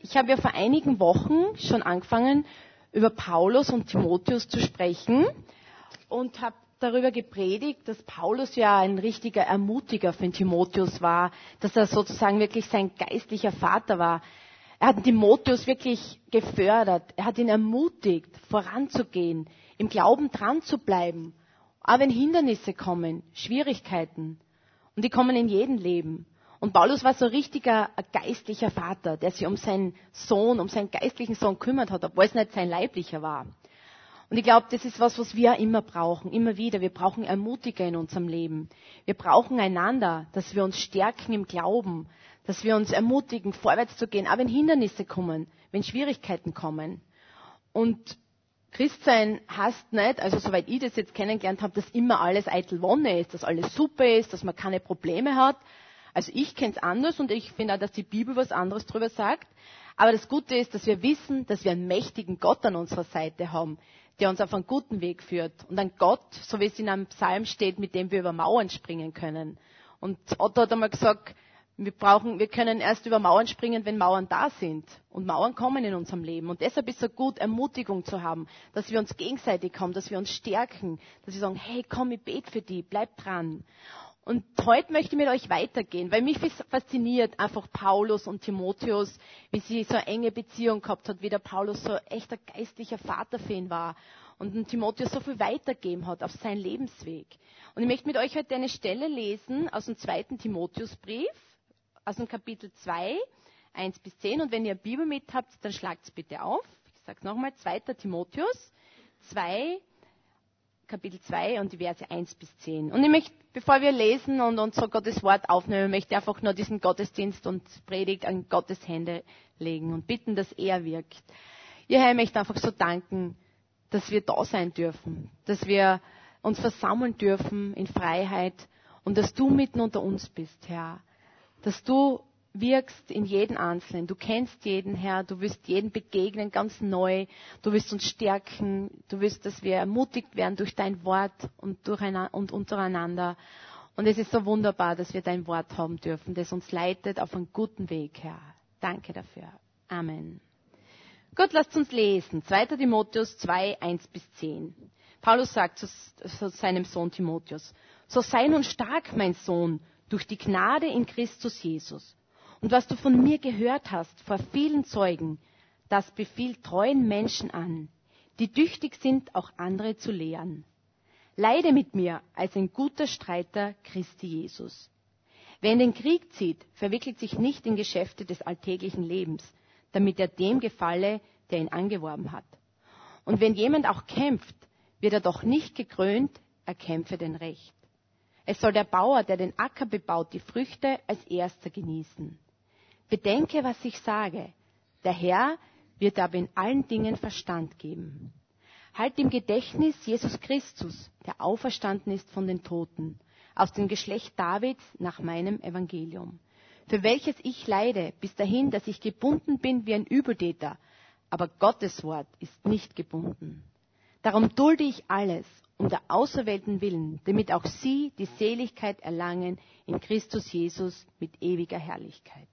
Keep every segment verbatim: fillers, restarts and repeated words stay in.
Ich habe ja vor einigen Wochen schon angefangen, über Paulus und Timotheus zu sprechen und habe darüber gepredigt, dass Paulus ja ein richtiger Ermutiger für den Timotheus war, dass er sozusagen wirklich sein geistlicher Vater war. Er hat Timotheus wirklich gefördert, er hat ihn ermutigt, voranzugehen, im Glauben dran zu bleiben, auch wenn Hindernisse kommen, Schwierigkeiten. Und die kommen in jedem Leben. Und Paulus war so ein richtiger ein geistlicher Vater, der sich um seinen Sohn, um seinen geistlichen Sohn kümmert hat, obwohl es nicht sein leiblicher war. Und ich glaube, das ist was, was wir immer brauchen, immer wieder. Wir brauchen Ermutiger in unserem Leben. Wir brauchen einander, dass wir uns stärken im Glauben, dass wir uns ermutigen, vorwärts zu gehen, auch wenn Hindernisse kommen, wenn Schwierigkeiten kommen. Und Christsein heißt nicht, also soweit ich das jetzt kennengelernt habe, dass immer alles eitel Wonne ist, dass alles super ist, dass man keine Probleme hat. Also ich kenne es anders und ich finde auch, dass die Bibel was anderes drüber sagt. Aber das Gute ist, dass wir wissen, dass wir einen mächtigen Gott an unserer Seite haben, der uns auf einen guten Weg führt. Und ein Gott, so wie es in einem Psalm steht, mit dem wir über Mauern springen können. Und Otto hat einmal gesagt, wir brauchen, wir können erst über Mauern springen, wenn Mauern da sind. Und Mauern kommen in unserem Leben. Und deshalb ist es so gut, Ermutigung zu haben, dass wir uns gegenseitig haben, dass wir uns stärken, dass wir sagen, hey, komm, ich bete für dich, bleib dran. Und heute möchte ich mit euch weitergehen, weil mich fasziniert einfach Paulus und Timotheus, wie sie so eine enge Beziehung gehabt hat, wie der Paulus so echt ein geistlicher Vater für ihn war und dem Timotheus so viel weitergeben hat auf seinen Lebensweg. Und ich möchte mit euch heute eine Stelle lesen aus dem zweiten Timotheusbrief, aus dem Kapitel zwei, eins bis zehn. Und wenn ihr eine Bibel mit habt, dann schlagt es bitte auf. Ich sage es nochmal, zweiter Timotheus zwei, Kapitel zwei und die Verse eins bis zehn. Und ich möchte, bevor wir lesen und uns so Gottes Wort aufnehmen, möchte ich einfach nur diesen Gottesdienst und Predigt an Gottes Hände legen und bitten, dass er wirkt. Ja, Herr, ich möchte einfach so danken, dass wir da sein dürfen, dass wir uns versammeln dürfen in Freiheit und dass du mitten unter uns bist, Herr. Dass du wirkst in jeden Einzelnen. Du kennst jeden, Herr. Du wirst jeden begegnen, ganz neu. Du wirst uns stärken. Du wirst, dass wir ermutigt werden durch dein Wort und, durcheinander, und untereinander. Und es ist so wunderbar, dass wir dein Wort haben dürfen, das uns leitet auf einen guten Weg, Herr. Danke dafür. Amen. Gut, lasst uns lesen. zweiter Timotheus zwei, eins bis zehn. Paulus sagt zu, zu seinem Sohn Timotheus, so sei nun stark, mein Sohn, durch die Gnade in Christus Jesus. Und was du von mir gehört hast vor vielen Zeugen, das befiehlt treuen Menschen an, die tüchtig sind, auch andere zu lehren. Leide mit mir als ein guter Streiter Christi Jesus. Wer in den Krieg zieht, verwickelt sich nicht in Geschäfte des alltäglichen Lebens, damit er dem gefalle, der ihn angeworben hat. Und wenn jemand auch kämpft, wird er doch nicht gekrönt, er kämpfe denn recht. Es soll der Bauer, der den Acker bebaut, die Früchte als erster genießen. Bedenke, was ich sage. Der Herr wird aber in allen Dingen Verstand geben. Halt im Gedächtnis Jesus Christus, der auferstanden ist von den Toten, aus dem Geschlecht Davids nach meinem Evangelium, für welches ich leide, bis dahin, dass ich gebunden bin wie ein Übeltäter. Aber Gottes Wort ist nicht gebunden. Darum dulde ich alles, um der Auserwählten willen, damit auch sie die Seligkeit erlangen in Christus Jesus mit ewiger Herrlichkeit.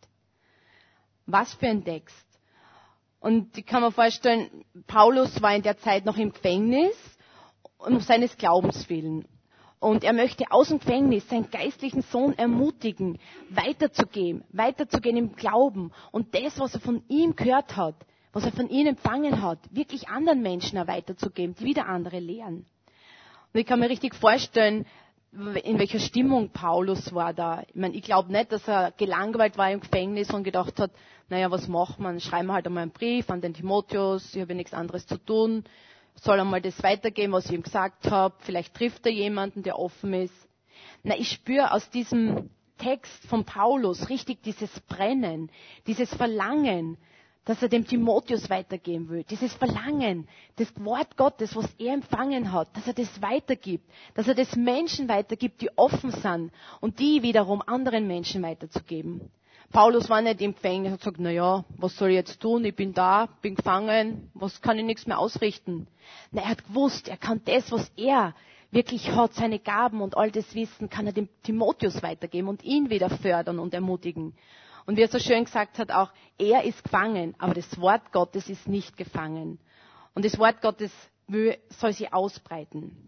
Was für ein Text. Und ich kann mir vorstellen, Paulus war in der Zeit noch im Gefängnis, um seines Glaubens willen. Und er möchte aus dem Gefängnis seinen geistlichen Sohn ermutigen, weiterzugehen, weiterzugehen im Glauben. Und das, was er von ihm gehört hat, was er von ihm empfangen hat, wirklich anderen Menschen auch weiterzugeben, die wieder andere lehren. Und ich kann mir richtig vorstellen, in welcher Stimmung Paulus war da. Ich meine, ich glaube nicht, dass er gelangweilt war im Gefängnis und gedacht hat, naja, was macht man? Schreiben wir halt einmal einen Brief an den Timotheus, ich habe nichts anderes zu tun, soll einmal das weitergeben, was ich ihm gesagt habe, vielleicht trifft er jemanden, der offen ist. Na, ich spüre aus diesem Text von Paulus richtig dieses Brennen, dieses Verlangen, dass er dem Timotheus weitergeben will. Dieses Verlangen, das Wort Gottes, was er empfangen hat, dass er das weitergibt, dass er das Menschen weitergibt, die offen sind und die wiederum anderen Menschen weiterzugeben. Paulus war nicht im Gefängnis und hat gesagt, na ja, was soll ich jetzt tun? Ich bin da, bin gefangen, was kann ich nichts mehr ausrichten? Na, er hat gewusst, er kann das, was er wirklich hat, seine Gaben und all das Wissen, kann er dem Timotheus weitergeben und ihn wieder fördern und ermutigen. Und wie er so schön gesagt hat, auch er ist gefangen, aber das Wort Gottes ist nicht gefangen. Und das Wort Gottes will, soll sich ausbreiten.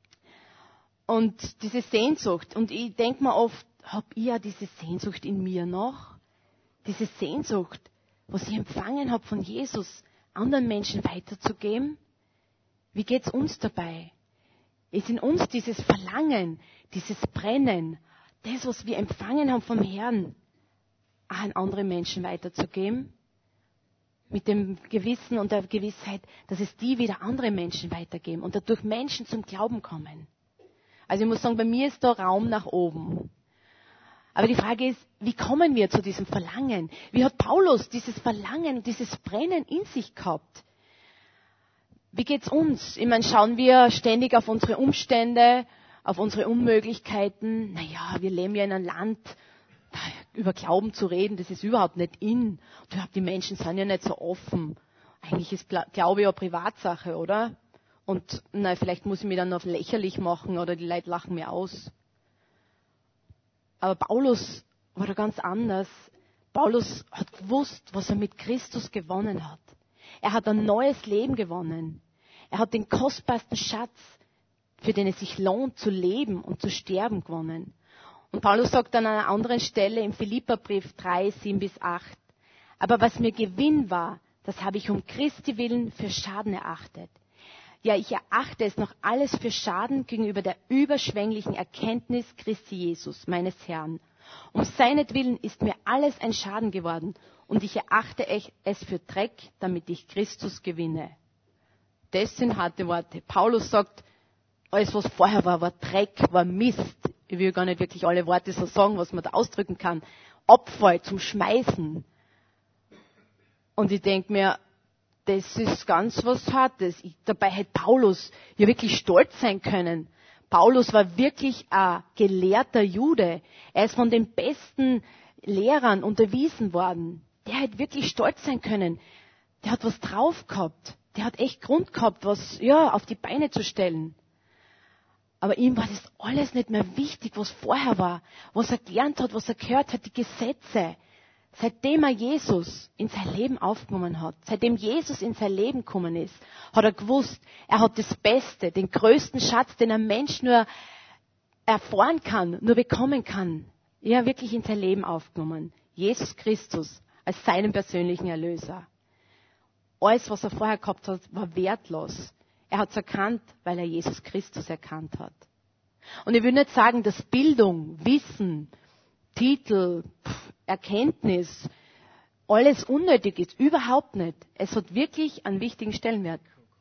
Und diese Sehnsucht, und ich denke mir oft, habe ich ja diese Sehnsucht in mir noch? Diese Sehnsucht, was ich empfangen habe von Jesus, anderen Menschen weiterzugeben? Wie geht's uns dabei? Ist in uns dieses Verlangen, dieses Brennen, das, was wir empfangen haben vom Herrn, auch an andere Menschen weiterzugeben? Mit dem Gewissen und der Gewissheit, dass es die wieder andere Menschen weitergeben und dadurch Menschen zum Glauben kommen. Also ich muss sagen, bei mir ist da Raum nach oben. Aber die Frage ist, wie kommen wir zu diesem Verlangen? Wie hat Paulus dieses Verlangen, dieses Brennen in sich gehabt? Wie geht's uns? Ich meine, schauen wir ständig auf unsere Umstände, auf unsere Unmöglichkeiten? Naja, wir leben ja in einem Land, über Glauben zu reden, das ist überhaupt nicht in. Und überhaupt, die Menschen sind ja nicht so offen. Eigentlich ist Glaube ja Privatsache, oder? Und na, vielleicht muss ich mich dann noch lächerlich machen oder die Leute lachen mir aus. Aber Paulus war da ganz anders. Paulus hat gewusst, was er mit Christus gewonnen hat. Er hat ein neues Leben gewonnen. Er hat den kostbarsten Schatz, für den es sich lohnt zu leben und zu sterben, gewonnen. Und Paulus sagt an einer anderen Stelle im Philipperbrief drei, sieben bis acht, aber was mir Gewinn war, das habe ich um Christi willen für Schaden erachtet. Ja, ich erachte es noch alles für Schaden gegenüber der überschwänglichen Erkenntnis Christi Jesus, meines Herrn. Um seinetwillen ist mir alles ein Schaden geworden und ich erachte es für Dreck, damit ich Christus gewinne. Das sind harte Worte. Paulus sagt, alles was vorher war, war Dreck, war Mist. Ich will gar nicht wirklich alle Worte so sagen, was man da ausdrücken kann. Abfall zum Schmeißen. Und ich denke mir, das ist ganz was Hartes. Ich, dabei hätte Paulus ja wirklich stolz sein können. Paulus war wirklich ein gelehrter Jude. Er ist von den besten Lehrern unterwiesen worden. Der hätte wirklich stolz sein können. Der hat was drauf gehabt. Der hat echt Grund gehabt, was ja auf die Beine zu stellen. Aber ihm war das alles nicht mehr wichtig, was vorher war, was er gelernt hat, was er gehört hat, die Gesetze. Seitdem er Jesus in sein Leben aufgenommen hat, seitdem Jesus in sein Leben gekommen ist, hat er gewusst, er hat das Beste, den größten Schatz, den ein Mensch nur erfahren kann, nur bekommen kann. Er hat wirklich in sein Leben aufgenommen. Jesus Christus als seinen persönlichen Erlöser. Alles, was er vorher gehabt hat, war wertlos. Er hat es erkannt, weil er Jesus Christus erkannt hat. Und ich will nicht sagen, dass Bildung, Wissen, Titel, Erkenntnis, alles unnötig ist. Überhaupt nicht. Es hat wirklich einen wichtigen Stellenwert.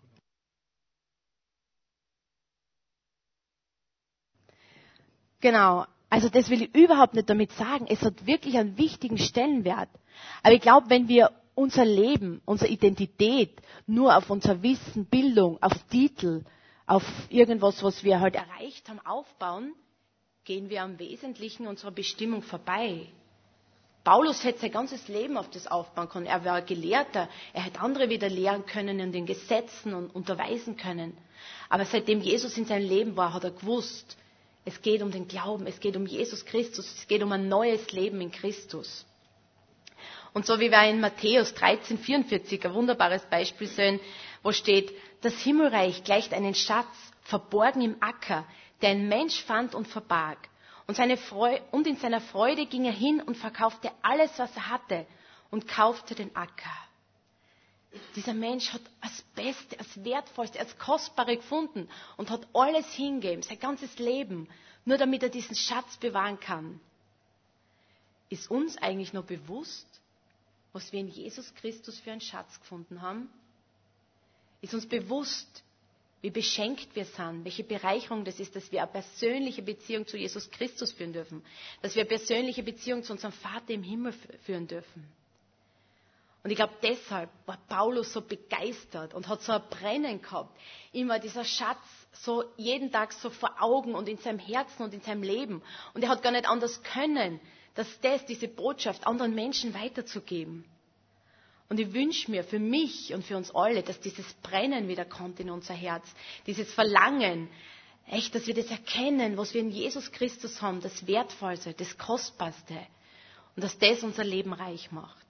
Genau. Also das will ich überhaupt nicht damit sagen. Es hat wirklich einen wichtigen Stellenwert. Aber ich glaube, wenn wir unser Leben, unsere Identität nur auf unser Wissen, Bildung, auf Titel, auf irgendwas, was wir halt erreicht haben, aufbauen, gehen wir am Wesentlichen unserer Bestimmung vorbei. Paulus hätte sein ganzes Leben auf das aufbauen können. Er war Gelehrter, er hätte andere wieder lehren können in den Gesetzen und unterweisen können. Aber seitdem Jesus in seinem Leben war, hat er gewusst, es geht um den Glauben, es geht um Jesus Christus, es geht um ein neues Leben in Christus. Und so wie wir in Matthäus dreizehn, vierundvierzig ein wunderbares Beispiel sehen, wo steht, das Himmelreich gleicht einen Schatz, verborgen im Acker, der ein Mensch fand und verbarg. Und, seine Freude, und in seiner Freude ging er hin und verkaufte alles, was er hatte, und kaufte den Acker. Dieser Mensch hat das Beste, das Wertvollste, das Kostbare gefunden und hat alles hingegeben, sein ganzes Leben, nur damit er diesen Schatz bewahren kann. Ist uns eigentlich noch bewusst, was wir in Jesus Christus für einen Schatz gefunden haben? Ist uns bewusst, wie beschenkt wir sind, welche Bereicherung das ist, dass wir eine persönliche Beziehung zu Jesus Christus führen dürfen, dass wir eine persönliche Beziehung zu unserem Vater im Himmel führen dürfen. Und ich glaube, deshalb war Paulus so begeistert und hat so ein Brennen gehabt. Ihm war dieser Schatz so jeden Tag so vor Augen und in seinem Herzen und in seinem Leben. Und er hat gar nicht anders können, dass das, diese Botschaft anderen Menschen weiterzugeben. Und ich wünsche mir für mich und für uns alle, dass dieses Brennen wieder kommt in unser Herz, dieses Verlangen, echt, dass wir das erkennen, was wir in Jesus Christus haben, das Wertvollste, das Kostbarste. und dass das unser Leben reich macht.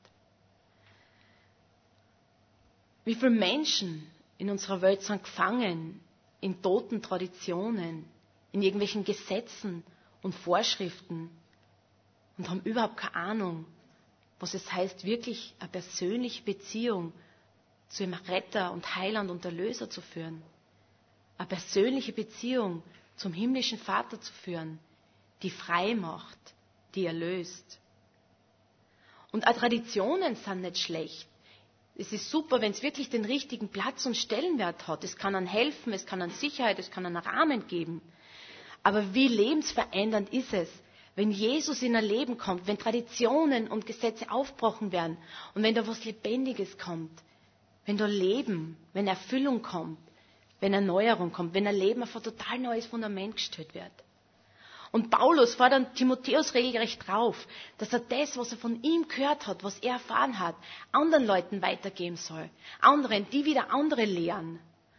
Wie viele Menschen in unserer Welt sind gefangen in toten Traditionen, in irgendwelchen Gesetzen und Vorschriften und haben überhaupt keine Ahnung, was es heißt, wirklich eine persönliche Beziehung zu ihrem Retter und Heiland und Erlöser zu führen. Eine persönliche Beziehung zum himmlischen Vater zu führen, die frei macht, die erlöst. Und auch Traditionen sind nicht schlecht. Es ist super, wenn es wirklich den richtigen Platz und Stellenwert hat. Es kann einem helfen, es kann einem Sicherheit, es kann einen Rahmen geben. Aber wie lebensverändernd ist es, wenn Jesus in ein Leben kommt, wenn Traditionen und Gesetze aufgebrochen werden und wenn da was Lebendiges kommt, wenn da Leben, wenn Erfüllung kommt, wenn Erneuerung kommt, wenn ein Leben auf ein total neues Fundament gestellt wird. Und Paulus fordert Timotheus regelrecht drauf, dass er das, was er von ihm gehört hat, was er erfahren hat, anderen Leuten weitergeben soll. Anderen, die wieder andere lehren.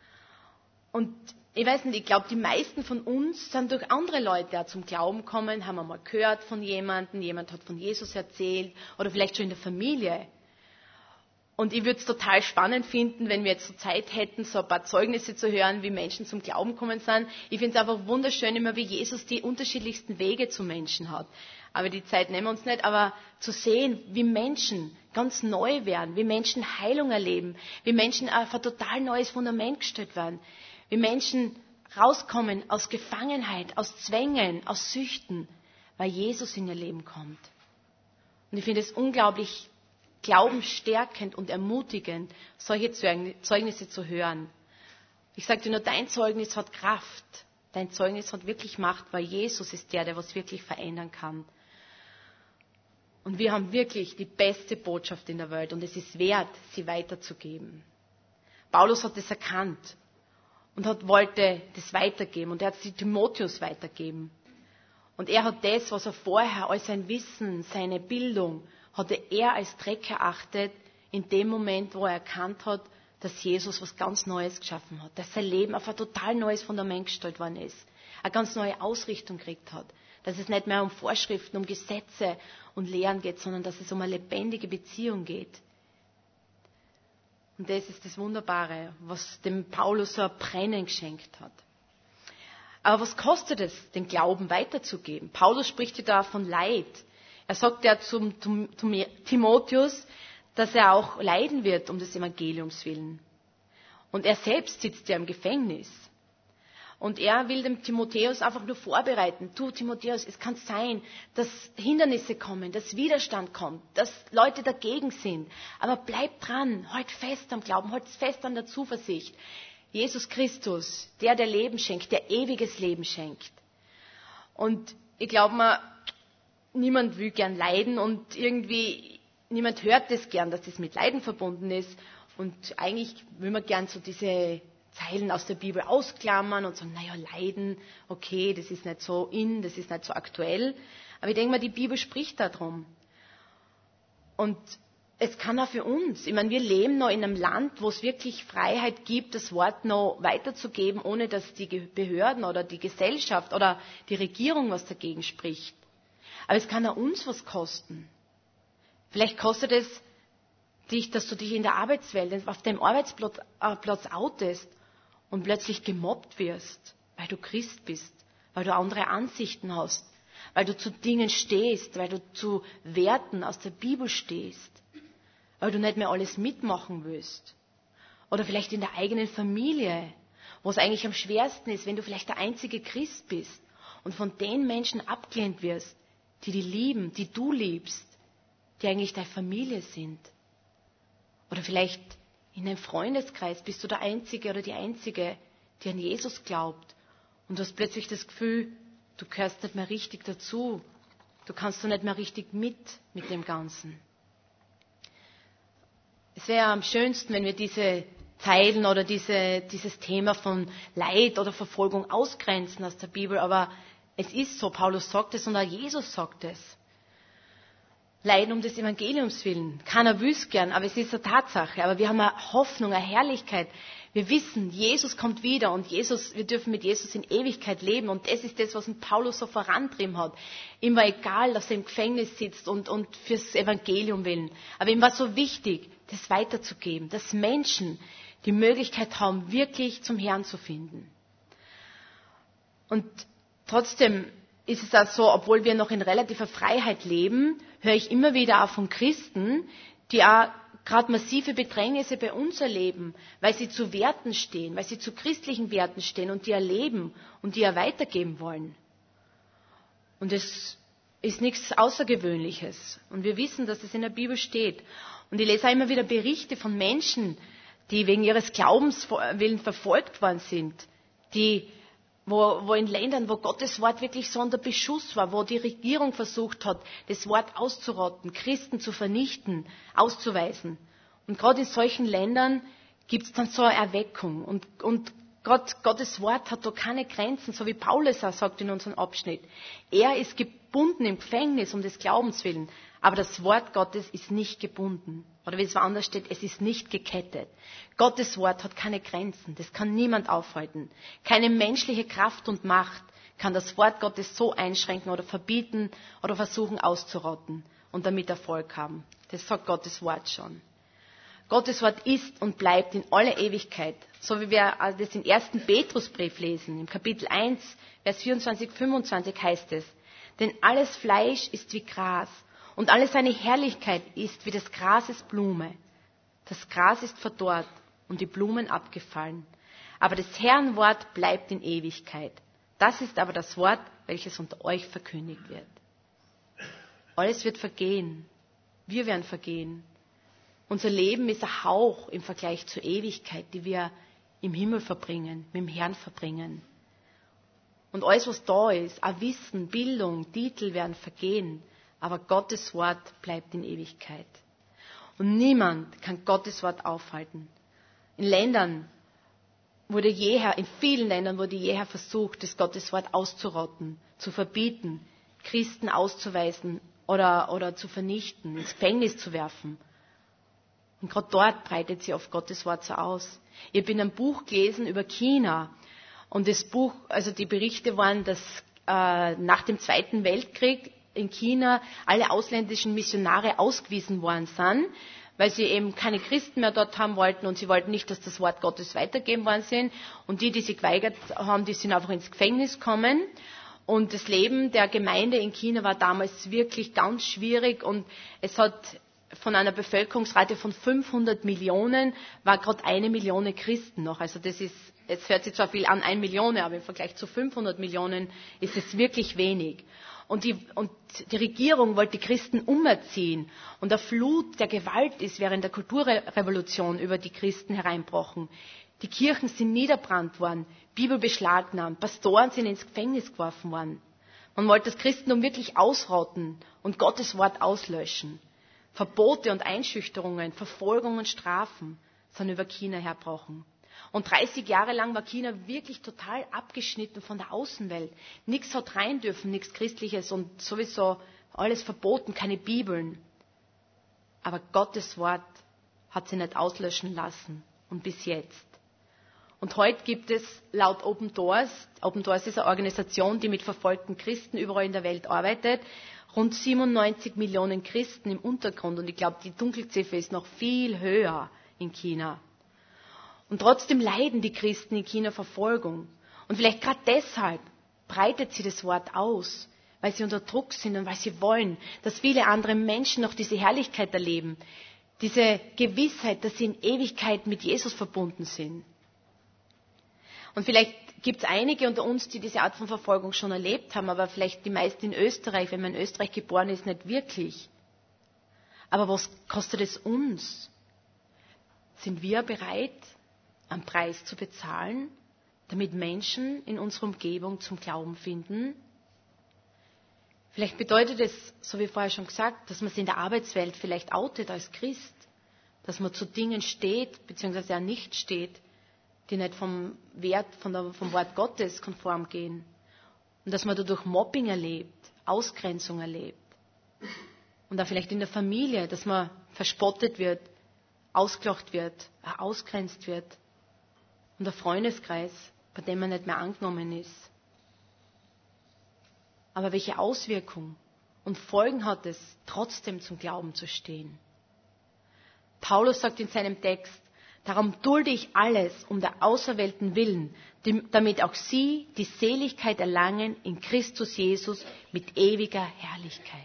Und ich weiß nicht, ich glaube, die meisten von uns sind durch andere Leute auch zum Glauben gekommen, haben einmal gehört von jemandem, jemand hat von Jesus erzählt oder vielleicht schon in der Familie. Und ich würde es total spannend finden, wenn wir jetzt so Zeit hätten, so ein paar Zeugnisse zu hören, wie Menschen zum Glauben gekommen sind. Ich finde es einfach wunderschön, immer wie Jesus die unterschiedlichsten Wege zu Menschen hat. Aber die Zeit nehmen wir uns nicht. Aber zu sehen, wie Menschen ganz neu werden, wie Menschen Heilung erleben, wie Menschen auf ein total neues Fundament gestellt werden, wie Menschen rauskommen aus Gefangenheit, aus Zwängen, aus Süchten, weil Jesus in ihr Leben kommt. Und ich finde es unglaublich glaubensstärkend und ermutigend, solche Zeugnisse zu hören. Ich sage dir nur, dein Zeugnis hat Kraft. Dein Zeugnis hat wirklich Macht, weil Jesus ist der, der was wirklich verändern kann. Und wir haben wirklich die beste Botschaft in der Welt und es ist wert, sie weiterzugeben. Paulus hat das erkannt und hat, wollte das weitergeben und er hat es Timotheus weitergeben. Und er hat das, was er vorher, all sein Wissen, seine Bildung, hatte er als Dreck erachtet, in dem Moment, wo er erkannt hat, dass Jesus was ganz Neues geschaffen hat, dass sein Leben auf ein total neues Fundament gestellt worden ist, eine ganz neue Ausrichtung gekriegt hat, dass es nicht mehr um Vorschriften, um Gesetze und Lehren geht, sondern dass es um eine lebendige Beziehung geht. Und das ist das Wunderbare, was dem Paulus so ein Brennen geschenkt hat. Aber was kostet es, den Glauben weiterzugeben? Paulus spricht ja da von Leid. Er sagt ja zum, zum, zum Timotheus, dass er auch leiden wird um des Evangeliums willen. Und er selbst sitzt ja im Gefängnis. Und er will dem Timotheus einfach nur vorbereiten. Du, Timotheus, es kann sein, dass Hindernisse kommen, dass Widerstand kommt, dass Leute dagegen sind. Aber bleib dran, halt fest am Glauben, halt fest an der Zuversicht. Jesus Christus, der, der Leben schenkt, der ewiges Leben schenkt. Und ich glaube mal, niemand will gern leiden und irgendwie niemand hört das gern, dass das mit Leiden verbunden ist. Und eigentlich will man gern so diese Zeilen aus der Bibel ausklammern und sagen, naja, Leiden, okay, das ist nicht so in, das ist nicht so aktuell. Aber ich denke mal, die Bibel spricht darum. Und es kann auch für uns, ich meine, wir leben noch in einem Land, wo es wirklich Freiheit gibt, das Wort noch weiterzugeben, ohne dass die Behörden oder die Gesellschaft oder die Regierung was dagegen spricht. Aber es kann auch uns was kosten. Vielleicht kostet es dich, dass du dich in der Arbeitswelt, auf deinem Arbeitsplatz äh, Platz outest und plötzlich gemobbt wirst, weil du Christ bist, weil du andere Ansichten hast, weil du zu Dingen stehst, weil du zu Werten aus der Bibel stehst, weil du nicht mehr alles mitmachen willst. Oder vielleicht in der eigenen Familie, wo es eigentlich am schwersten ist, wenn du vielleicht der einzige Christ bist und von den Menschen abgelehnt wirst, die dich lieben, die du liebst, die eigentlich deine Familie sind. Oder vielleicht in deinem Freundeskreis bist du der Einzige oder die Einzige, die an Jesus glaubt. Und du hast plötzlich das Gefühl, du gehörst nicht mehr richtig dazu. Du kannst du nicht mehr richtig mit, mit dem Ganzen. Es wäre am schönsten, wenn wir diese Zeilen oder diese, dieses Thema von Leid oder Verfolgung ausgrenzen aus der Bibel. Aber es ist so, Paulus sagt es und auch Jesus sagt es. Leiden um des Evangeliums willen. Keiner will es gern, aber es ist eine Tatsache. Aber wir haben eine Hoffnung, eine Herrlichkeit. Wir wissen, Jesus kommt wieder und Jesus, wir dürfen mit Jesus in Ewigkeit leben. Und das ist das, was ihn Paulus so vorantrieben hat. Ihm war egal, dass er im Gefängnis sitzt und, und fürs Evangelium willen. Aber ihm war so wichtig, das weiterzugeben, dass Menschen die Möglichkeit haben, wirklich zum Herrn zu finden. Und trotzdem ist es auch so, obwohl wir noch in relativer Freiheit leben, höre ich immer wieder auch von Christen, die auch gerade massive Bedrängnisse bei uns erleben, weil sie zu Werten stehen, weil sie zu christlichen Werten stehen und die erleben und die ja weitergeben wollen. Und es ist nichts Außergewöhnliches. Und wir wissen, dass es in der Bibel steht. Und ich lese auch immer wieder Berichte von Menschen, die wegen ihres Glaubens willen verfolgt worden sind, die Wo, wo in Ländern, wo Gottes Wort wirklich so unter Beschuss war, wo die Regierung versucht hat, das Wort auszurotten, Christen zu vernichten, auszuweisen. Und gerade in solchen Ländern gibt es dann so eine Erweckung. Und, und Gott, Gottes Wort hat da keine Grenzen, so wie Paulus auch sagt in unserem Abschnitt. Er ist gebunden im Gefängnis um des Glaubens willen, aber das Wort Gottes ist nicht gebunden. Oder wie es woanders steht, es ist nicht gekettet. Gottes Wort hat keine Grenzen, das kann niemand aufhalten. Keine menschliche Kraft und Macht kann das Wort Gottes so einschränken oder verbieten oder versuchen auszurotten und damit Erfolg haben. Das sagt Gottes Wort schon. Gottes Wort ist und bleibt in aller Ewigkeit, so wie wir das im ersten Petrusbrief lesen, im Kapitel eins, Vers vierundzwanzig, fünfundzwanzig heißt es, denn alles Fleisch ist wie Gras und alle seine Herrlichkeit ist wie des Grases Blume. Das Gras ist verdorrt und die Blumen abgefallen, aber des Herrn Wort bleibt in Ewigkeit. Das ist aber das Wort, welches unter euch verkündigt wird. Alles wird vergehen, wir werden vergehen. Unser Leben ist ein Hauch im Vergleich zur Ewigkeit, die wir im Himmel verbringen, mit dem Herrn verbringen. Und alles, was da ist, auch Wissen, Bildung, Titel werden vergehen, aber Gottes Wort bleibt in Ewigkeit. Und niemand kann Gottes Wort aufhalten. In Ländern wurde jeher, in vielen Ländern wurde jeher versucht, das Gottes Wort auszurotten, zu verbieten, Christen auszuweisen oder, oder zu vernichten, ins Gefängnis zu werfen. Und gerade dort breitet sich oft Gottes Wort so aus. Ich habe in einem Buch gelesen über China. Und das Buch, also die Berichte waren, dass äh, nach dem Zweiten Weltkrieg in China alle ausländischen Missionare ausgewiesen worden sind, weil sie eben keine Christen mehr dort haben wollten und sie wollten nicht, dass das Wort Gottes weitergegeben worden sind. Und die, die sich geweigert haben, die sind einfach ins Gefängnis gekommen. Und das Leben der Gemeinde in China war damals wirklich ganz schwierig und es hat von einer Bevölkerungsrate von fünfhundert Millionen war gerade eine Million Christen noch. Also das ist, es hört sich zwar viel an, eine Million, aber im Vergleich zu fünfhundert Millionen ist es wirklich wenig. Und die, und die Regierung wollte die Christen umerziehen. Und der Flut der Gewalt ist während der Kulturrevolution über die Christen hereinbrochen. Die Kirchen sind niederbrannt worden, Bibel beschlagnahmt, Pastoren sind ins Gefängnis geworfen worden. Man wollte das Christentum wirklich ausrotten und Gottes Wort auslöschen. Verbote und Einschüchterungen, Verfolgung und Strafen sind über China hergebrochen. Und dreißig Jahre lang war China wirklich total abgeschnitten von der Außenwelt. Nichts hat rein dürfen, nichts Christliches und sowieso alles verboten, keine Bibeln. Aber Gottes Wort hat sie nicht auslöschen lassen. Und bis jetzt. Und heute gibt es laut Open Doors, Open Doors ist eine Organisation, die mit verfolgten Christen überall in der Welt arbeitet, rund siebenundneunzig Millionen Christen im Untergrund. Und ich glaube, die Dunkelziffer ist noch viel höher in China. Und trotzdem leiden die Christen in China Verfolgung. Und vielleicht gerade deshalb breitet sie das Wort aus, weil sie unter Druck sind und weil sie wollen, dass viele andere Menschen noch diese Herrlichkeit erleben. Diese Gewissheit, dass sie in Ewigkeit mit Jesus verbunden sind. Und vielleicht gibt es einige unter uns, die diese Art von Verfolgung schon erlebt haben, aber vielleicht die meisten in Österreich, wenn man in Österreich geboren ist, nicht wirklich. Aber was kostet es uns? Sind wir bereit, einen Preis zu bezahlen, damit Menschen in unserer Umgebung zum Glauben finden? Vielleicht bedeutet es, so wie vorher schon gesagt, dass man sich in der Arbeitswelt vielleicht outet als Christ, dass man zu Dingen steht, beziehungsweise auch nicht steht, die nicht vom Wert, von der, vom Wort Gottes konform gehen. Und dass man dadurch Mobbing erlebt, Ausgrenzung erlebt. Und auch vielleicht in der Familie, dass man verspottet wird, ausgelacht wird, ausgrenzt wird. und ein Freundeskreis, bei dem man nicht mehr angenommen ist. Aber welche Auswirkungen und Folgen hat es, trotzdem zum Glauben zu stehen? Paulus sagt in seinem Text, darum dulde ich alles um der Auserwählten willen, damit auch sie die Seligkeit erlangen in Christus Jesus mit ewiger Herrlichkeit.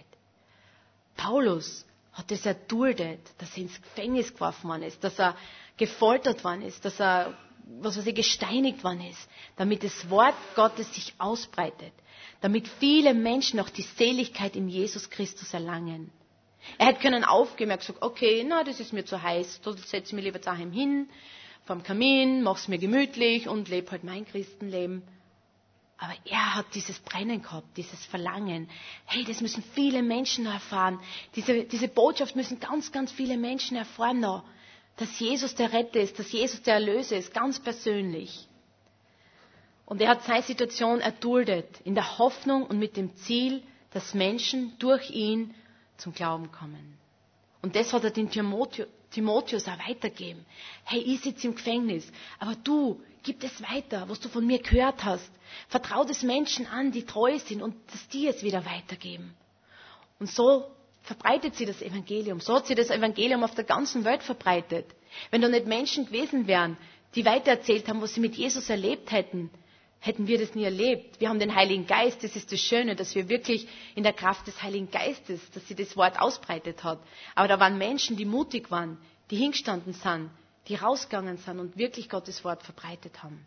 Paulus hat es erduldet, dass er ins Gefängnis geworfen worden ist, dass er gefoltert worden ist, dass er, was weiß ich, gesteinigt worden ist, damit das Wort Gottes sich ausbreitet, damit viele Menschen auch die Seligkeit in Jesus Christus erlangen. Er hätte können aufgeben, er hat gesagt, okay, na, das ist mir zu heiß, da setze ich mich lieber daheim hin, vorm Kamin, mach's mir gemütlich und lebe halt mein Christenleben. Aber er hat dieses Brennen gehabt, dieses Verlangen. Hey, das müssen viele Menschen noch erfahren. Diese, diese Botschaft müssen ganz, ganz viele Menschen erfahren noch, dass Jesus der Retter ist, dass Jesus der Erlöser ist, ganz persönlich. Und er hat seine Situation erduldet, in der Hoffnung und mit dem Ziel, dass Menschen durch ihn zum Glauben kommen. Und das hat er den Timotheus auch weitergegeben. Hey, ich sitze im Gefängnis, aber du, gib es weiter, was du von mir gehört hast. Vertrau das Menschen an, die treu sind und dass die es wieder weitergeben. Und so verbreitet sie das Evangelium. So hat sie das Evangelium auf der ganzen Welt verbreitet. Wenn da nicht Menschen gewesen wären, die weitererzählt haben, was sie mit Jesus erlebt hätten, hätten wir das nie erlebt. Wir haben den Heiligen Geist, das ist das Schöne, dass wir wirklich in der Kraft des Heiligen Geistes, dass sie das Wort ausbreitet hat. Aber da waren Menschen, die mutig waren, die hingestanden sind, die rausgegangen sind und wirklich Gottes Wort verbreitet haben.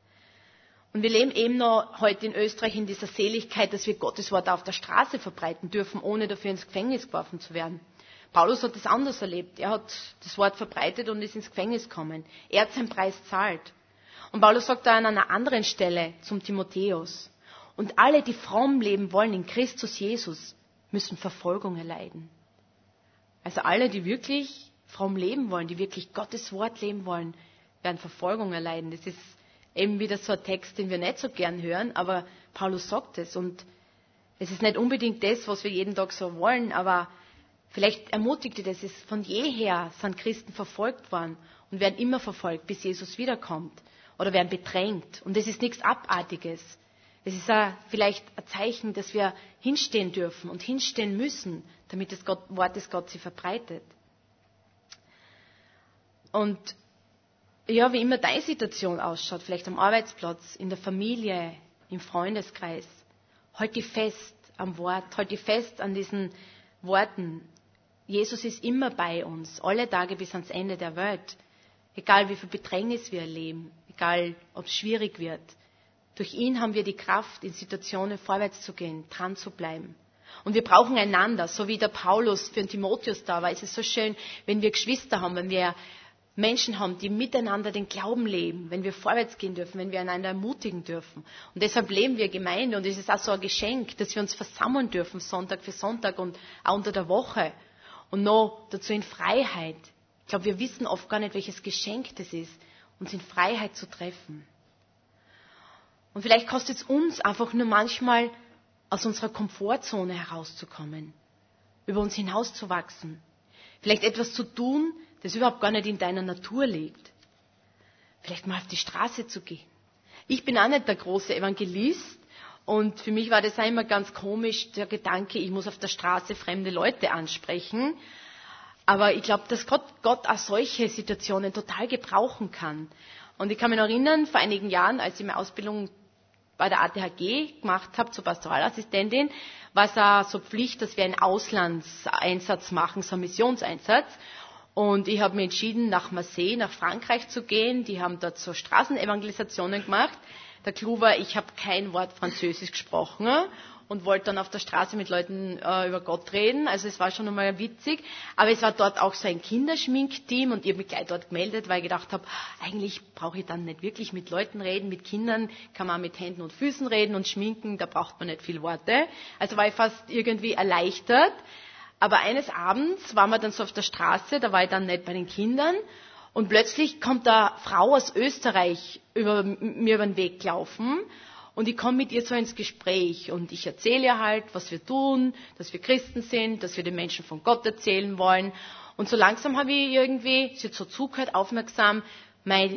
Und wir leben eben noch heute in Österreich in dieser Seligkeit, dass wir Gottes Wort auf der Straße verbreiten dürfen, ohne dafür ins Gefängnis geworfen zu werden. Paulus hat das anders erlebt. Er hat das Wort verbreitet und ist ins Gefängnis gekommen. Er hat seinen Preis zahlt. Und Paulus sagt da an einer anderen Stelle zum Timotheus, und alle, die fromm leben wollen in Christus Jesus, müssen Verfolgung erleiden. Also alle, die wirklich fromm leben wollen, die wirklich Gottes Wort leben wollen, werden Verfolgung erleiden. Das ist eben wieder so ein Text, den wir nicht so gern hören, aber Paulus sagt es. Und es ist nicht unbedingt das, was wir jeden Tag so wollen, aber vielleicht ermutigt das. Es von jeher sind Christen verfolgt worden und werden immer verfolgt, bis Jesus wiederkommt. Oder werden bedrängt. Und das ist nichts Abartiges. Es ist auch vielleicht ein Zeichen, dass wir hinstehen dürfen und hinstehen müssen, damit das Gott, Wort des Gott sich verbreitet. Und ja, wie immer deine Situation ausschaut, vielleicht am Arbeitsplatz, in der Familie, im Freundeskreis, halt dich fest am Wort, halt dich fest an diesen Worten. Jesus ist immer bei uns, alle Tage bis ans Ende der Welt. Egal wie viel Bedrängnis wir erleben, egal ob es schwierig wird. Durch ihn haben wir die Kraft, in Situationen vorwärts zu gehen, dran zu bleiben. Und wir brauchen einander, so wie der Paulus für den Timotheus da war. Es ist so schön, wenn wir Geschwister haben, wenn wir Menschen haben, die miteinander den Glauben leben, wenn wir vorwärts gehen dürfen, wenn wir einander ermutigen dürfen. Und deshalb leben wir Gemeinde und es ist auch so ein Geschenk, dass wir uns versammeln dürfen, Sonntag für Sonntag und auch unter der Woche. Und noch dazu in Freiheit. Ich glaube, wir wissen oft gar nicht, welches Geschenk das ist, uns in Freiheit zu treffen. Und vielleicht kostet es uns einfach nur manchmal, aus unserer Komfortzone herauszukommen, über uns hinauszuwachsen. Vielleicht etwas zu tun, das überhaupt gar nicht in deiner Natur liegt. Vielleicht mal auf die Straße zu gehen. Ich bin auch nicht der große Evangelist und für mich war das auch immer ganz komisch, der Gedanke, ich muss auf der Straße fremde Leute ansprechen. Aber ich glaube, dass Gott, Gott auch solche Situationen total gebrauchen kann. Und ich kann mich noch erinnern, vor einigen Jahren, als ich meine Ausbildung bei der A T H G gemacht habe zur Pastoralassistentin, war es auch so Pflicht, dass wir einen Auslandseinsatz machen, so einen Missionseinsatz. Und ich habe mich entschieden, nach Marseille, nach Frankreich zu gehen. Die haben dort so Straßenevangelisationen gemacht. Der Clou war, ich habe kein Wort Französisch gesprochen und wollte dann auf der Straße mit Leuten äh, über Gott reden. Also es war schon einmal witzig. Aber es war dort auch so ein Kinderschminkteam und ich habe mich gleich dort gemeldet, weil ich gedacht habe, eigentlich brauche ich dann nicht wirklich mit Leuten reden. Mit Kindern kann man mit Händen und Füßen reden und schminken, da braucht man nicht viel Worte. Also war ich fast irgendwie erleichtert. Aber eines Abends waren wir dann so auf der Straße, da war ich dann nicht bei den Kindern. Und plötzlich kommt eine Frau aus Österreich über, mir über den Weg gelaufen. Und ich komme mit ihr so ins Gespräch und ich erzähle ihr halt, was wir tun, dass wir Christen sind, dass wir den Menschen von Gott erzählen wollen. Und so langsam habe ich irgendwie, sie hat so zugehört, aufmerksam, mein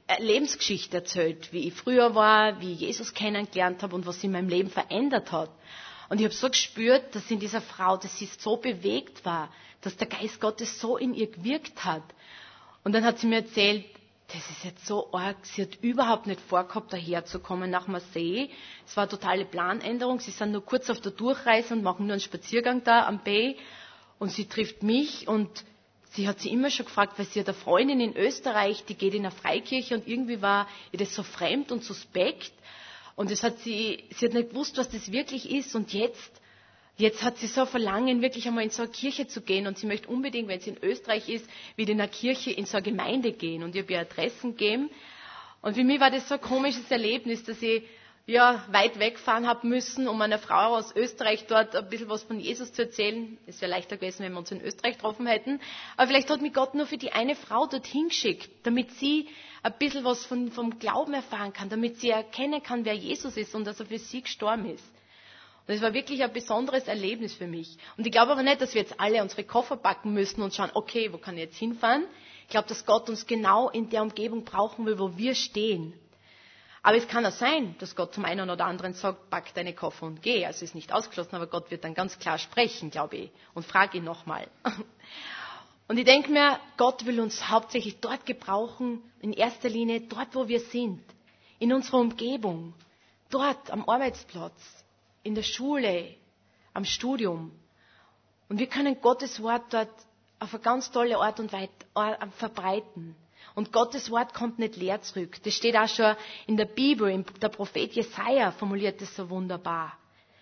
Lebensgeschichte erzählt, wie ich früher war, wie ich Jesus kennengelernt habe und was sich in meinem Leben verändert hat. Und ich habe so gespürt, dass in dieser Frau, dass sie so bewegt war, dass der Geist Gottes so in ihr gewirkt hat. Und dann hat sie mir erzählt, das ist jetzt so arg, sie hat überhaupt nicht vorgehabt, daherzukommen nach Marseille. Es war eine totale Planänderung. Sie sind nur kurz auf der Durchreise und machen nur einen Spaziergang da am Bay. Und sie trifft mich und sie hat sie immer schon gefragt, weil sie hat eine Freundin in Österreich, die geht in eine Freikirche und irgendwie war ihr das so fremd und suspekt. Und das hat sie, sie hat nicht gewusst, was das wirklich ist. Und jetzt, jetzt hat sie so ein Verlangen, wirklich einmal in so eine Kirche zu gehen. Und sie möchte unbedingt, wenn sie in Österreich ist, wieder in eine Kirche, in so eine Gemeinde gehen. Und ich habe ihr Adressen gegeben. Und für mich war das so ein komisches Erlebnis, dass ich ja, weit wegfahren habe müssen, um einer Frau aus Österreich dort ein bisschen was von Jesus zu erzählen. Es wäre leichter gewesen, wenn wir uns in Österreich getroffen hätten. Aber vielleicht hat mich Gott nur für die eine Frau dorthin geschickt, damit sie ein bisschen was von, vom Glauben erfahren kann, damit sie erkennen kann, wer Jesus ist und dass er für sie gestorben ist. Und es war wirklich ein besonderes Erlebnis für mich. Und ich glaube aber nicht, dass wir jetzt alle unsere Koffer packen müssen und schauen, okay, wo kann ich jetzt hinfahren? Ich glaube, dass Gott uns genau in der Umgebung brauchen will, wo wir stehen. Aber es kann auch sein, dass Gott zum einen oder anderen sagt, pack deine Koffer und geh. Also ist nicht ausgeschlossen, aber Gott wird dann ganz klar sprechen, glaube ich. Und frag ihn nochmal. Und ich denke mir, Gott will uns hauptsächlich dort gebrauchen, in erster Linie dort, wo wir sind. In unserer Umgebung. Dort, am Arbeitsplatz, in der Schule, am Studium. Und wir können Gottes Wort dort auf eine ganz tolle Art und Weise verbreiten. Und Gottes Wort kommt nicht leer zurück. Das steht auch schon in der Bibel. Der Prophet Jesaja formuliert das so wunderbar.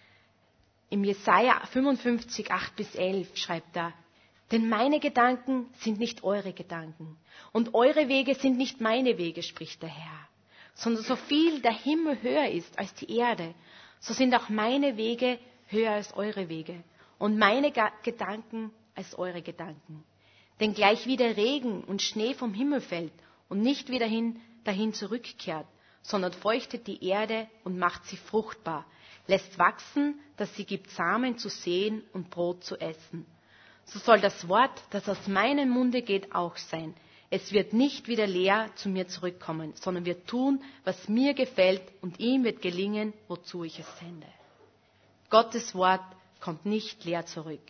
Im Jesaja fünfundfünfzig, acht bis elf schreibt er, denn meine Gedanken sind nicht eure Gedanken. Und eure Wege sind nicht meine Wege, spricht der Herr. Sondern so viel der Himmel höher ist als die Erde, so sind auch meine Wege höher als eure Wege. Und meine Gedanken als eure Gedanken. Denn gleich wie der Regen und Schnee vom Himmel fällt und nicht wieder hin, dahin zurückkehrt, sondern feuchtet die Erde und macht sie fruchtbar, lässt wachsen, dass sie gibt Samen zu säen und Brot zu essen. So soll das Wort, das aus meinem Munde geht, auch sein. Es wird nicht wieder leer zu mir zurückkommen, sondern wird tun, was mir gefällt, und ihm wird gelingen, wozu ich es sende. Gottes Wort kommt nicht leer zurück.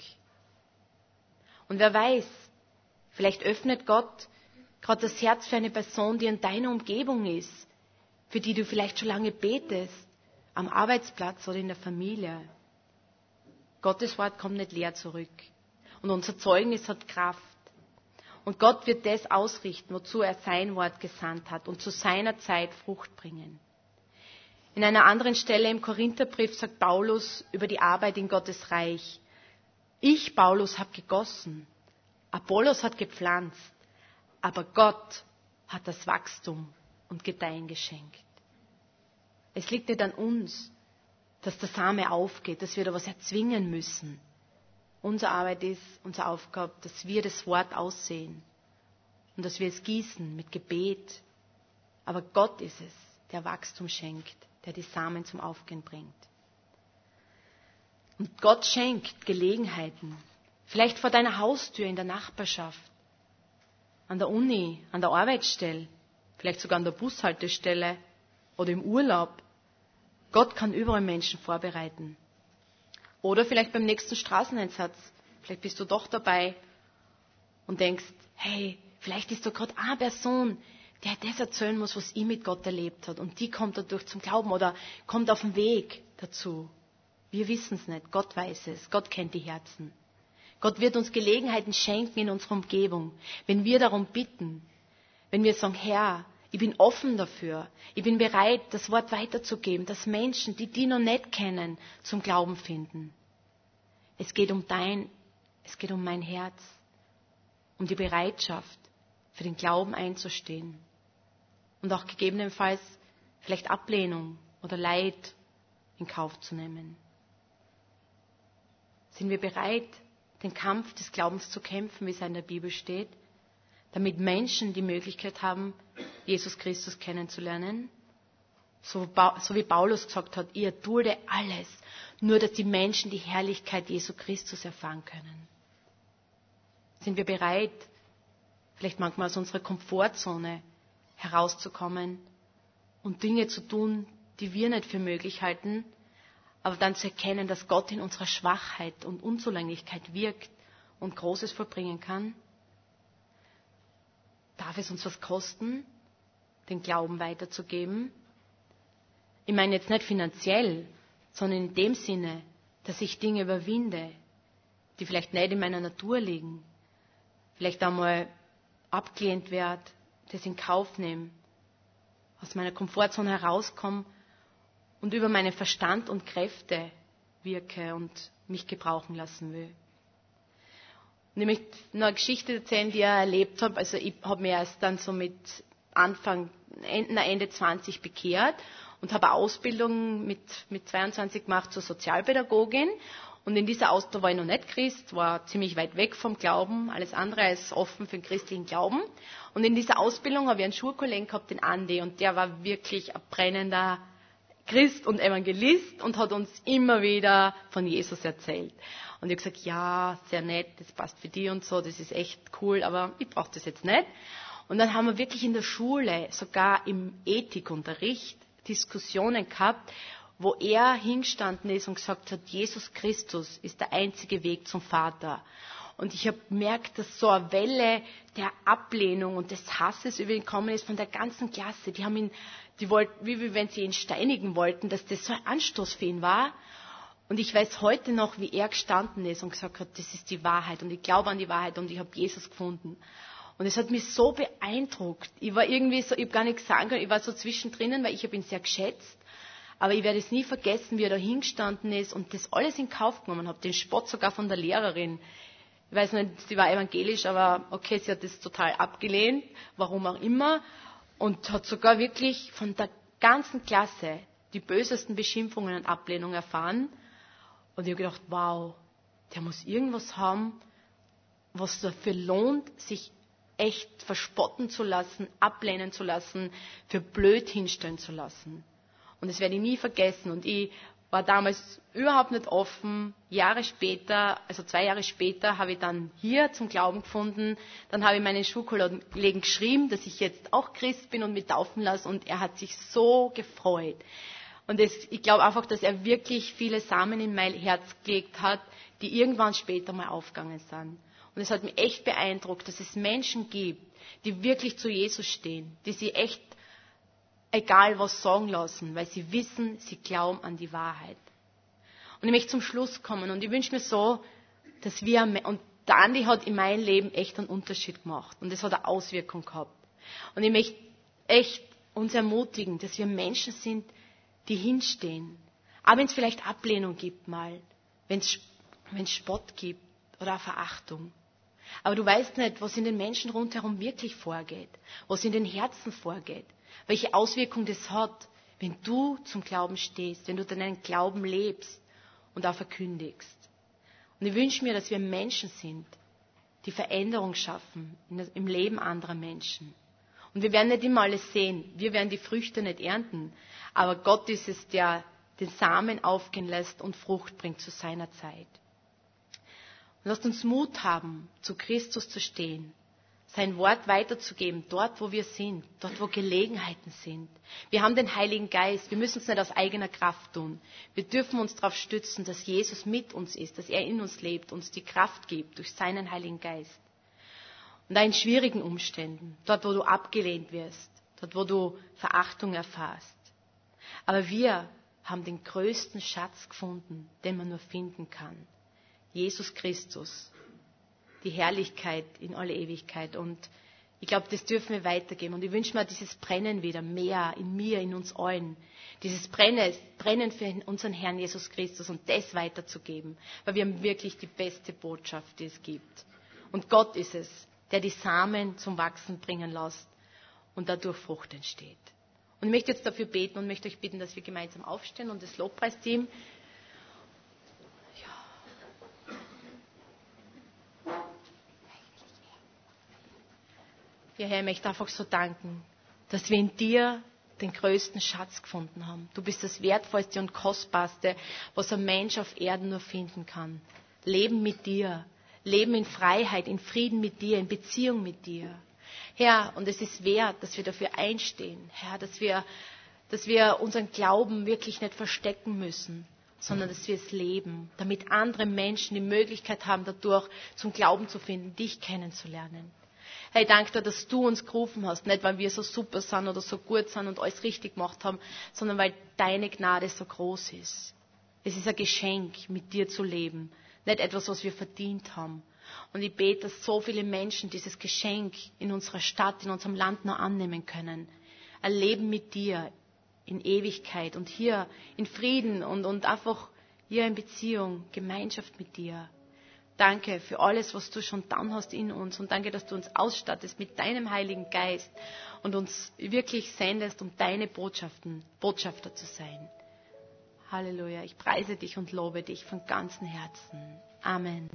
Und wer weiß, vielleicht öffnet Gott gerade das Herz für eine Person, die in deiner Umgebung ist, für die du vielleicht schon lange betest, am Arbeitsplatz oder in der Familie. Gottes Wort kommt nicht leer zurück. Und unser Zeugnis hat Kraft. Und Gott wird das ausrichten, wozu er sein Wort gesandt hat und zu seiner Zeit Frucht bringen. In einer anderen Stelle im Korintherbrief sagt Paulus über die Arbeit in Gottes Reich, ich, Paulus, habe gegossen, Apollos hat gepflanzt, aber Gott hat das Wachstum und Gedeihen geschenkt. Es liegt nicht an uns, dass der Same aufgeht, dass wir da was erzwingen müssen. Unsere Arbeit ist, unsere Aufgabe, dass wir das Wort aussehen und dass wir es gießen mit Gebet. Aber Gott ist es, der Wachstum schenkt, der die Samen zum Aufgehen bringt. Und Gott schenkt Gelegenheiten. Vielleicht vor deiner Haustür in der Nachbarschaft, an der Uni, an der Arbeitsstelle, vielleicht sogar an der Bushaltestelle oder im Urlaub. Gott kann überall Menschen vorbereiten. Oder vielleicht beim nächsten Straßeneinsatz. Vielleicht bist du doch dabei und denkst, hey, vielleicht ist da gerade eine Person, der das erzählen muss, was ich mit Gott erlebt hat. Und die kommt dadurch zum Glauben oder kommt auf den Weg dazu. Wir wissen es nicht. Gott weiß es. Gott kennt die Herzen. Gott wird uns Gelegenheiten schenken in unserer Umgebung, wenn wir darum bitten. Wenn wir sagen, Herr, ich bin offen dafür. Ich bin bereit, das Wort weiterzugeben, dass Menschen, die die noch nicht kennen, zum Glauben finden. Es geht um dein, es geht um mein Herz, um die Bereitschaft, für den Glauben einzustehen. Und auch gegebenenfalls vielleicht Ablehnung oder Leid in Kauf zu nehmen. Sind wir bereit, den Kampf des Glaubens zu kämpfen, wie es in der Bibel steht, damit Menschen die Möglichkeit haben, Jesus Christus kennenzulernen? So, so wie Paulus gesagt hat, ihr dulde alles, nur dass die Menschen die Herrlichkeit Jesu Christus erfahren können. Sind wir bereit, vielleicht manchmal aus unserer Komfortzone herauszukommen und Dinge zu tun, die wir nicht für möglich halten, aber dann zu erkennen, dass Gott in unserer Schwachheit und Unzulänglichkeit wirkt und Großes vollbringen kann? Darf es uns was kosten, den Glauben weiterzugeben? Ich meine jetzt nicht finanziell, sondern in dem Sinne, dass ich Dinge überwinde, die vielleicht nicht in meiner Natur liegen, vielleicht einmal abgelehnt werde, das in Kauf nehme, aus meiner Komfortzone herauskomme und über meinen Verstand und Kräfte wirke und mich gebrauchen lassen will. Und ich möchte noch eine Geschichte erzählen, die ich erlebt habe. Also ich habe mich erst dann so mit Anfang, Ende zwanzig bekehrt und habe eine Ausbildung mit, mit zweiundzwanzig gemacht zur Sozialpädagogin. Und in dieser Ausbildung war ich noch nicht Christ, war ziemlich weit weg vom Glauben, alles andere als offen für den christlichen Glauben. Und in dieser Ausbildung habe ich einen Schulkollegen gehabt, den Andi, und der war wirklich ein brennender Christ und Evangelist und hat uns immer wieder von Jesus erzählt. Und ich habe gesagt, ja, sehr nett, das passt für die und so, das ist echt cool, aber ich brauche das jetzt nicht. Und dann haben wir wirklich in der Schule, sogar im Ethikunterricht, Diskussionen gehabt, wo er hingestanden ist und gesagt hat, Jesus Christus ist der einzige Weg zum Vater. Und ich habe gemerkt, dass so eine Welle der Ablehnung und des Hasses über ihn gekommen ist von der ganzen Klasse. Die haben ihn, die wollten, wie, wie wenn sie ihn steinigen wollten, dass das so ein Anstoß für ihn war. Und ich weiß heute noch, wie er gestanden ist und gesagt hat, das ist die Wahrheit und ich glaube an die Wahrheit und ich habe Jesus gefunden. Und es hat mich so beeindruckt. Ich war irgendwie so, ich habe gar nichts sagen können, ich war so zwischendrin, weil ich habe ihn sehr geschätzt. Aber ich werde es nie vergessen, wie er da hingestanden ist und das alles in Kauf genommen hat, den Spott sogar von der Lehrerin. Ich weiß nicht, sie war evangelisch, aber okay, sie hat das total abgelehnt, warum auch immer, und hat sogar wirklich von der ganzen Klasse die bösesten Beschimpfungen und Ablehnung erfahren. Und ich habe gedacht, wow, der muss irgendwas haben, was dafür lohnt, sich echt verspotten zu lassen, ablehnen zu lassen, für blöd hinstellen zu lassen. Und das werde ich nie vergessen. Und ich war damals überhaupt nicht offen. Jahre später, also zwei Jahre später, habe ich dann hier zum Glauben gefunden. Dann habe ich meinen Schulkollegen geschrieben, dass ich jetzt auch Christ bin und mich taufen lasse. Und er hat sich so gefreut. Und es, ich glaube einfach, dass er wirklich viele Samen in mein Herz gelegt hat, die irgendwann später mal aufgegangen sind. Und es hat mich echt beeindruckt, dass es Menschen gibt, die wirklich zu Jesus stehen, die sie echt egal was sagen lassen, weil sie wissen, sie glauben an die Wahrheit. Und ich möchte zum Schluss kommen und ich wünsche mir so, dass wir, und der Andi hat in meinem Leben echt einen Unterschied gemacht und das hat eine Auswirkung gehabt. Und ich möchte echt uns ermutigen, dass wir Menschen sind, die hinstehen. Auch wenn es vielleicht Ablehnung gibt mal, wenn es Spott gibt oder auch Verachtung. Aber du weißt nicht, was in den Menschen rundherum wirklich vorgeht, was in den Herzen vorgeht, welche Auswirkung das hat, wenn du zum Glauben stehst, wenn du deinen Glauben lebst und auch verkündigst. Und ich wünsche mir, dass wir Menschen sind, die Veränderung schaffen im Leben anderer Menschen. Und wir werden nicht immer alles sehen, wir werden die Früchte nicht ernten, aber Gott ist es, der den Samen aufgehen lässt und Frucht bringt zu seiner Zeit. Und lasst uns Mut haben, zu Christus zu stehen, sein Wort weiterzugeben, dort, wo wir sind, dort, wo Gelegenheiten sind. Wir haben den Heiligen Geist, wir müssen es nicht aus eigener Kraft tun. Wir dürfen uns darauf stützen, dass Jesus mit uns ist, dass er in uns lebt, uns die Kraft gibt durch seinen Heiligen Geist. Und auch in schwierigen Umständen, dort, wo du abgelehnt wirst, dort, wo du Verachtung erfährst. Aber wir haben den größten Schatz gefunden, den man nur finden kann. Jesus Christus. Die Herrlichkeit in alle Ewigkeit. Und ich glaube, das dürfen wir weitergeben. Und ich wünsche mir dieses Brennen wieder mehr in mir, in uns allen. Dieses Brennen, Brennen für unseren Herrn Jesus Christus und das weiterzugeben. Weil wir haben wirklich die beste Botschaft, die es gibt. Und Gott ist es, der die Samen zum Wachsen bringen lässt und dadurch Frucht entsteht. Und ich möchte jetzt dafür beten und möchte euch bitten, dass wir gemeinsam aufstehen und das Lobpreisteam. Ja, Herr, ich möchte einfach so danken, dass wir in dir den größten Schatz gefunden haben. Du bist das Wertvollste und Kostbarste, was ein Mensch auf Erden nur finden kann. Leben mit dir, Leben in Freiheit, in Frieden mit dir, in Beziehung mit dir. Herr, und es ist wert, dass wir dafür einstehen, Herr, dass wir, dass wir unseren Glauben wirklich nicht verstecken müssen, sondern dass wir es leben, damit andere Menschen die Möglichkeit haben, dadurch zum Glauben zu finden, dich kennenzulernen. Herr, ich danke dir, dass du uns gerufen hast, nicht weil wir so super sind oder so gut sind und alles richtig gemacht haben, sondern weil deine Gnade so groß ist. Es ist ein Geschenk, mit dir zu leben, nicht etwas, was wir verdient haben. Und ich bete, dass so viele Menschen dieses Geschenk in unserer Stadt, in unserem Land noch annehmen können. Ein Leben mit dir in Ewigkeit und hier in Frieden und, und einfach hier in Beziehung, Gemeinschaft mit dir. Danke für alles, was du schon getan hast in uns und danke, dass du uns ausstattest mit deinem Heiligen Geist und uns wirklich sendest, um deine Botschaften, Botschafter zu sein. Halleluja, ich preise dich und lobe dich von ganzem Herzen. Amen.